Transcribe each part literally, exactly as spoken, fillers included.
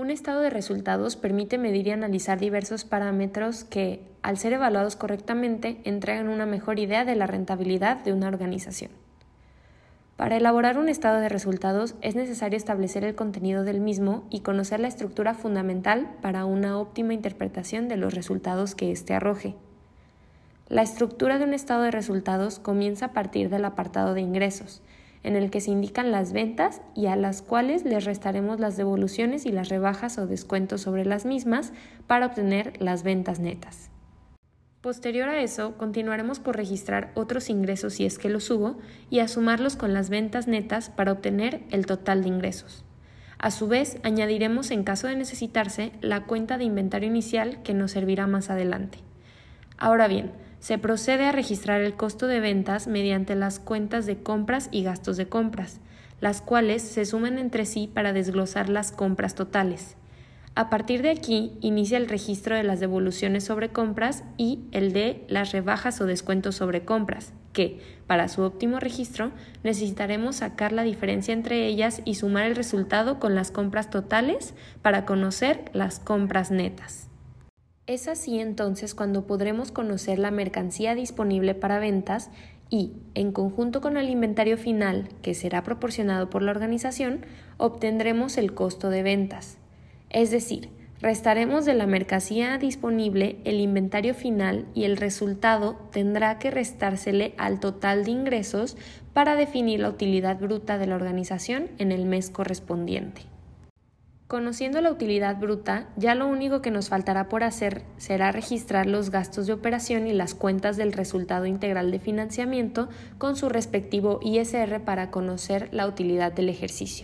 Un estado de resultados permite medir y analizar diversos parámetros que, al ser evaluados correctamente, entregan una mejor idea de la rentabilidad de una organización. Para elaborar un estado de resultados es necesario establecer el contenido del mismo y conocer la estructura fundamental para una óptima interpretación de los resultados que éste arroje. La estructura de un estado de resultados comienza a partir del apartado de ingresos, en el que se indican las ventas y a las cuales les restaremos las devoluciones y las rebajas o descuentos sobre las mismas para obtener las ventas netas. Posterior a eso, continuaremos por registrar otros ingresos si es que los hubo y a sumarlos con las ventas netas para obtener el total de ingresos. A su vez, añadiremos en caso de necesitarse la cuenta de inventario inicial que nos servirá más adelante. Ahora bien, se procede a registrar el costo de ventas mediante las cuentas de compras y gastos de compras, las cuales se suman entre sí para desglosar las compras totales. A partir de aquí, inicia el registro de las devoluciones sobre compras y el de las rebajas o descuentos sobre compras, que, para su óptimo registro, necesitaremos sacar la diferencia entre ellas y sumar el resultado con las compras totales para conocer las compras netas. Es así entonces cuando podremos conocer la mercancía disponible para ventas y, en conjunto con el inventario final, que será proporcionado por la organización, obtendremos el costo de ventas. Es decir, restaremos de la mercancía disponible el inventario final y el resultado tendrá que restársele al total de ingresos para definir la utilidad bruta de la organización en el mes correspondiente. Conociendo la utilidad bruta, ya lo único que nos faltará por hacer será registrar los gastos de operación y las cuentas del resultado integral de financiamiento con su respectivo I S R para conocer la utilidad del ejercicio.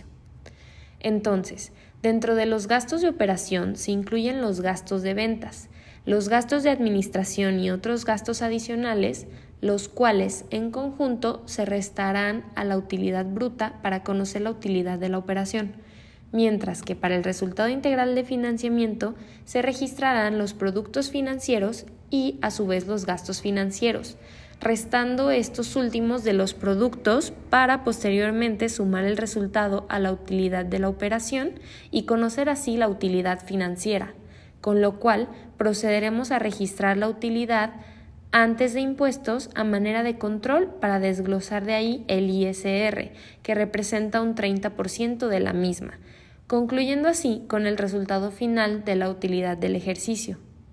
Entonces, dentro de los gastos de operación se incluyen los gastos de ventas, los gastos de administración y otros gastos adicionales, los cuales en conjunto se restarán a la utilidad bruta para conocer la utilidad de la operación. Mientras que para el resultado integral de financiamiento se registrarán los productos financieros y a su vez los gastos financieros, restando estos últimos de los productos para posteriormente sumar el resultado a la utilidad de la operación y conocer así la utilidad financiera, con lo cual procederemos a registrar la utilidad antes de impuestos a manera de control para desglosar de ahí el I S R, que representa un treinta por ciento de la misma, concluyendo así con el resultado final de la utilidad del ejercicio.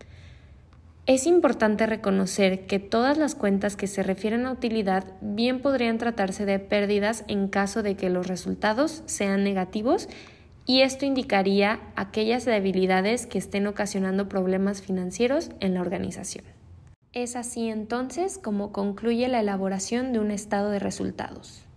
Es importante reconocer que todas las cuentas que se refieren a utilidad bien podrían tratarse de pérdidas en caso de que los resultados sean negativos y esto indicaría aquellas debilidades que estén ocasionando problemas financieros en la organización. Es así entonces como concluye la elaboración de un estado de resultados.